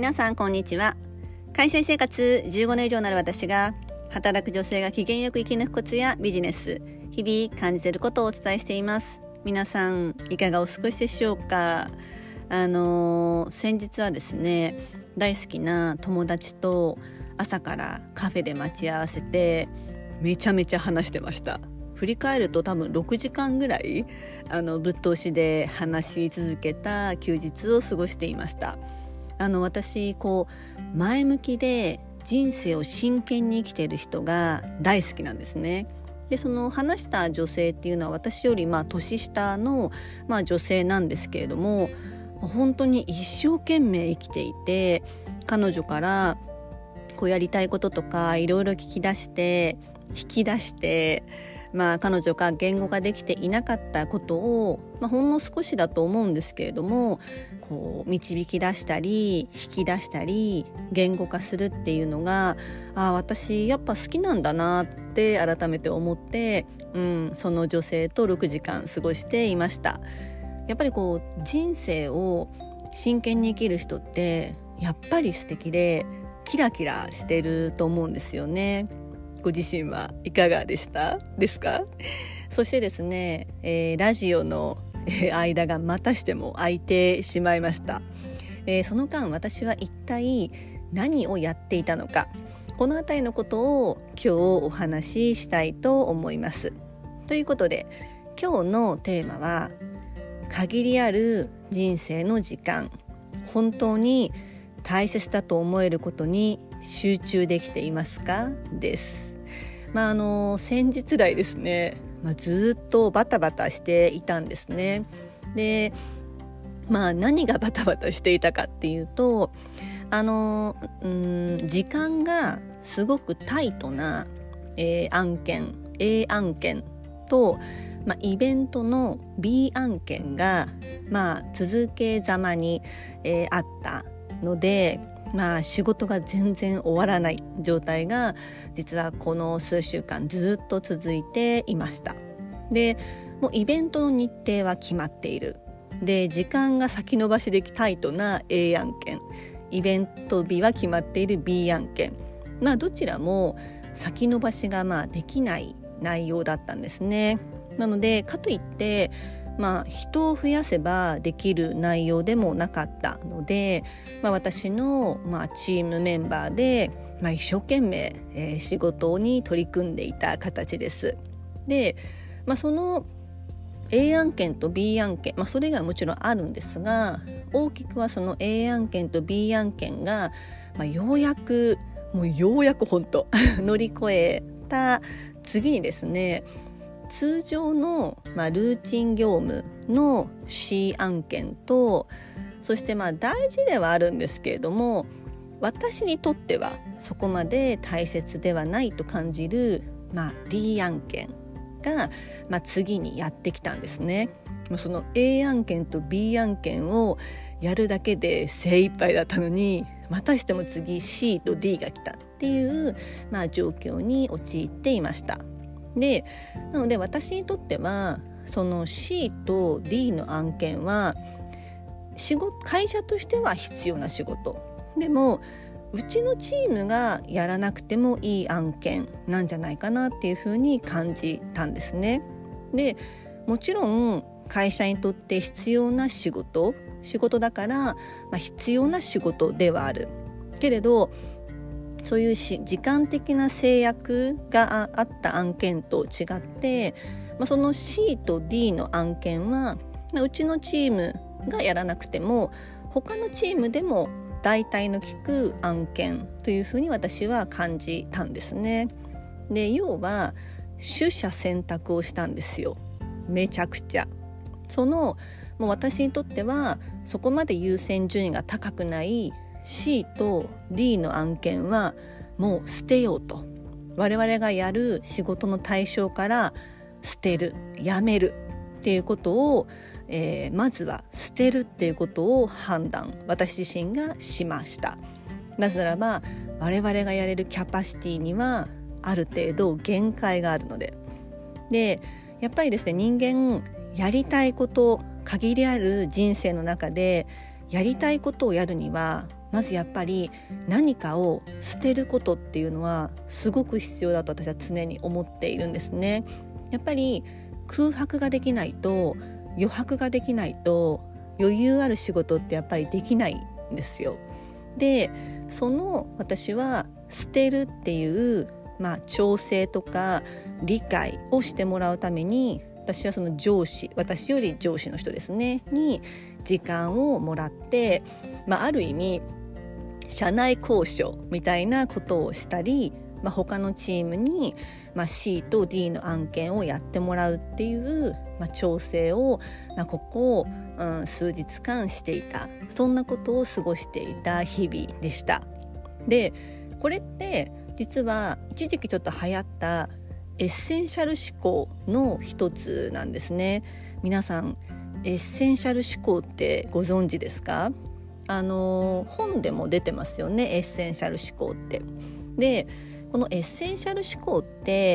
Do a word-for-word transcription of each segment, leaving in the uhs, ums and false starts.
皆さんこんにちは。会社員生活じゅうごねん以上になる私が、働く女性が機嫌よく生き抜くコツやビジネス、日々感じていることをお伝えしています。皆さんいかがお過ごしでしょうか。あのー、先日はですね、大好きな友達と朝からカフェで待ち合わせてめちゃめちゃ話してました。振り返ると多分ろくじかんぐらいあのぶっ通しで話し続けた休日を過ごしていました。あの私こう前向きで人生を真剣に生きている人が大好きなんですね。でその話した女性っていうのは私よりまあ年下の、まあ、女性なんですけれども、本当に一生懸命生きていて、彼女からこうやりたいこととかいろいろ聞き出して引き出してまあ、彼女が言語化できていなかったことを、まあ、ほんの少しだと思うんですけれどもこう導き出したり引き出したり言語化するっていうのがあ私やっぱ好きなんだなって改めて思って、うん、その女性とろくじかん過ごしていました。やっぱりこう人生を真剣に生きる人ってやっぱり素敵でキラキラしてると思うんですよね。ご自身はいかがでしたですか？そしてですね、えー、ラジオの間がまたしても空いてしまいました。えー、その間私は一体何をやっていたのか、このあたりのことを今日お話ししたいと思います。ということで今日のテーマは、限りある人生の時間、本当に大切だと思えることに集中できていますかです。まあ、あの先日来ですね、まあ、ずっとバタバタしていたんですね。で、まあ、何がバタバタしていたかっていうと、あのうん時間がすごくタイトな、えー、案件 A 案件と、まあ、イベントの B 案件が、まあ、続けざまに、えー、あったので、まあ、仕事が全然終わらない状態が実はこの数週間ずっと続いていました。でもうイベントの日程は決まっている。で時間が先延ばしでタイトな A 案件、イベント日は決まっている B 案件、まあどちらも先延ばしがまあできない内容だったんですね。なのでかといってまあ、人を増やせばできる内容でもなかったので、まあ、私の、まあ、チームメンバーで、まあ、一生懸命、えー、仕事に取り組んでいた形です。で、まあ、その A 案件と B 案件、まあ、それがもちろんあるんですが、大きくはその A 案件と B 案件が、まあ、ようやくもうようやく本当乗り越えた次にですね、通常の、まあ、ルーチン業務の C 案件と、そしてまあ大事ではあるんですけれども、私にとってはそこまで大切ではないと感じる、まあ、D 案件が、まあ、次にやってきたんですね。その A 案件と B 案件をやるだけで精一杯だったのに、またしても次 C と D が来たっていう、まあ、状況に陥っていました。でなので私にとってはその C と D の案件は仕事会社としては必要な仕事でも、うちのチームがやらなくてもいい案件なんじゃないかなっていうふうに感じたんですね。でもちろん会社にとって必要な仕事仕事だから、まあ、必要な仕事ではあるけれど、そういうし時間的な制約があった案件と違って、まあ、その C と D の案件は、まあ、うちのチームがやらなくても他のチームでも代替の利く案件というふうに私は感じたんですね。で要は取捨選択をしたんですよ。めちゃくちゃそのもう私にとってはそこまで優先順位が高くない C と D の案件はもう捨てようと、我々がやる仕事の対象から捨てる、やめるっていうことを、えー、まずは捨てるっていうことを判断、私自身がしました。なぜならば我々がやれるキャパシティにはある程度限界があるので。でやっぱりですね、人間やりたいこと、限りある人生の中でやりたいことをやるにはまずやっぱり何かを捨てることっていうのはすごく必要だと私は常に思っているんですね。やっぱり空白ができないと、余白ができないと、余裕ある仕事ってやっぱりできないんですよ。で、その私は捨てるっていう、まあ、調整とか理解をしてもらうために、私はその上司、私より上司の人ですねに時間をもらって、まあ、ある意味社内交渉みたいなことをしたり、まあ、他のチームに、まあ、C と D の案件をやってもらうっていう、まあ、調整を、まあ、ここ、うん、数日間していた、そんなことを過ごしていた日々でした。で、これって実は一時期ちょっと流行ったエッセンシャル思考の一つなんですね。皆さんエッセンシャル思考ってご存知ですか？あの本でも出てますよね、エッセンシャル思考って。で、このエッセンシャル思考って、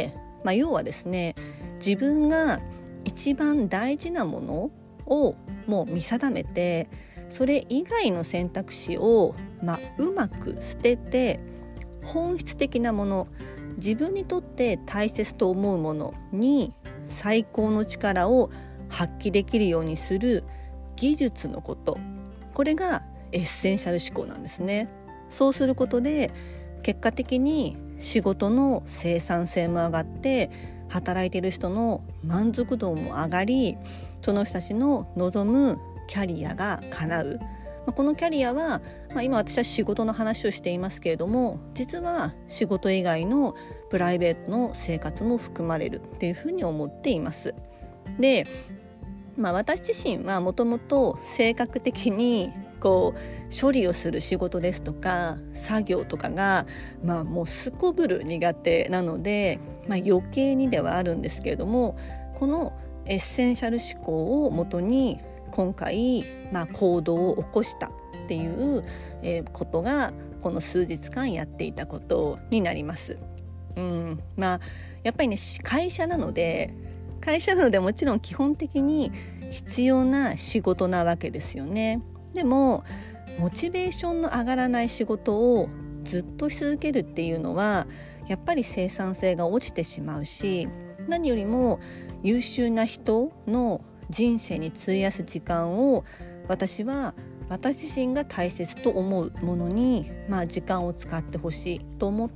まあ、要はですね、自分が一番大事なものをもう見定めて、それ以外の選択肢を、まあ、うまく捨てて、本質的なもの、自分にとって大切と思うものに最高の力を発揮できるようにする技術のこと、これがエッセンシャル思考なんですね。そうすることで結果的に仕事の生産性も上がって、働いている人の満足度も上がり、その人たちの望むキャリアが叶う。このキャリアは、まあ、今私は仕事の話をしていますけれども、実は仕事以外のプライベートの生活も含まれるっていうふうに思っています。で、まあ、私自身はもともと性格的にこう処理をする仕事ですとか作業とかが、まあ、もうすこぶる苦手なので、まあ、余計にではあるんですけれども、このエッセンシャル思考をもとに今回、まあ、行動を起こしたっていう、えー、ことがこの数日間やっていたことになります。うん、まあやっぱりね、会社なので会社なのでもちろん基本的に必要な仕事なわけですよね。でもモチベーションの上がらない仕事をずっとし続けるっていうのはやっぱり生産性が落ちてしまうし、何よりも優秀な人の人生に費やす時間を私は私自身が大切と思うものに、まあ、時間を使ってほしいと思って、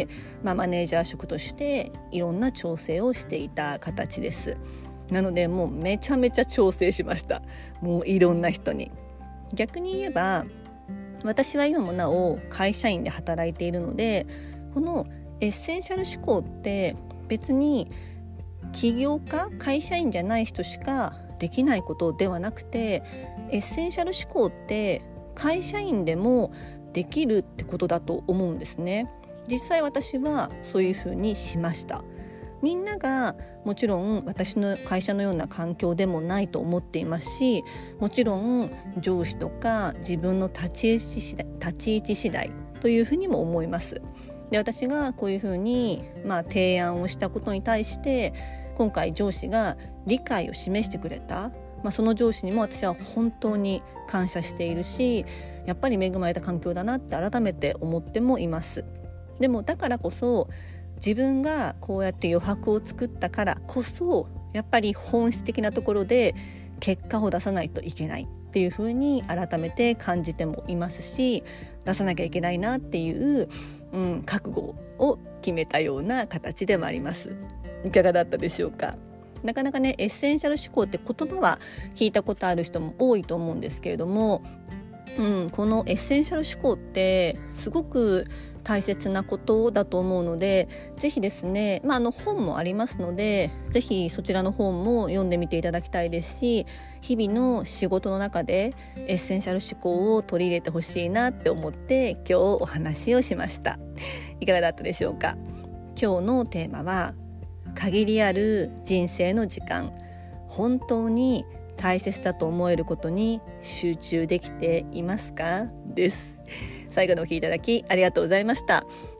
まあ、マネージャー職としていろんな調整をしていた形です。なのでもうめちゃめちゃ調整しました。もういろんな人に。逆に言えば私は今もなお会社員で働いているので、このエッセンシャル思考って別に起業家、会社員じゃない人しかできないことではなくて、エッセンシャル思考って会社員でもできるってことだと思うんですね。実際私はそういうふうにしました。みんながもちろん私の会社のような環境でもないと思っていますし、もちろん上司とか自分の立ち位置次第、立ち位置次第というふうにも思います。で、私がこういうふうに、まあ、提案をしたことに対して今回上司が理解を示してくれた、まあ、その上司にも私は本当に感謝しているし、やっぱり恵まれた環境だなって改めて思ってもいます。でもだからこそ自分がこうやって余白を作ったからこそ、やっぱり本質的なところで結果を出さないといけないっていうふうに改めて感じてもいますし、出さなきゃいけないなっていう、うん、覚悟を決めたような形でもあります。いかがだったでしょうか。なかなかね、エッセンシャル思考って言葉は聞いたことある人も多いと思うんですけれども、うん、このエッセンシャル思考ってすごく大切なことだと思うので、ぜひですね、まあ、あの本もありますので、ぜひそちらの本も読んでみていただきたいですし、日々の仕事の中でエッセンシャル思考を取り入れてほしいなって思って今日お話をしました。いかがだったでしょうか。今日のテーマは限りある人生の時間、本当に大切だと思えることに集中できていますかです。最後のお聞きいただきありがとうございました。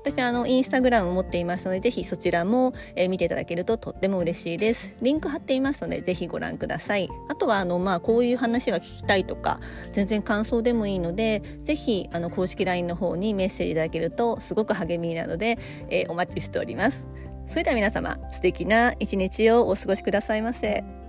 私はあのインスタグラムを持っていますので、ぜひそちらも、えー、見ていただけるととっても嬉しいです。リンク貼っていますので、ぜひご覧ください。あとはあの、まあ、こういう話は聞きたいとか、全然感想でもいいので、ぜひあの公式 ライン の方にメッセージいただけるとすごく励みなので、えー、お待ちしております。それでは皆様、素敵な一日をお過ごしくださいませ。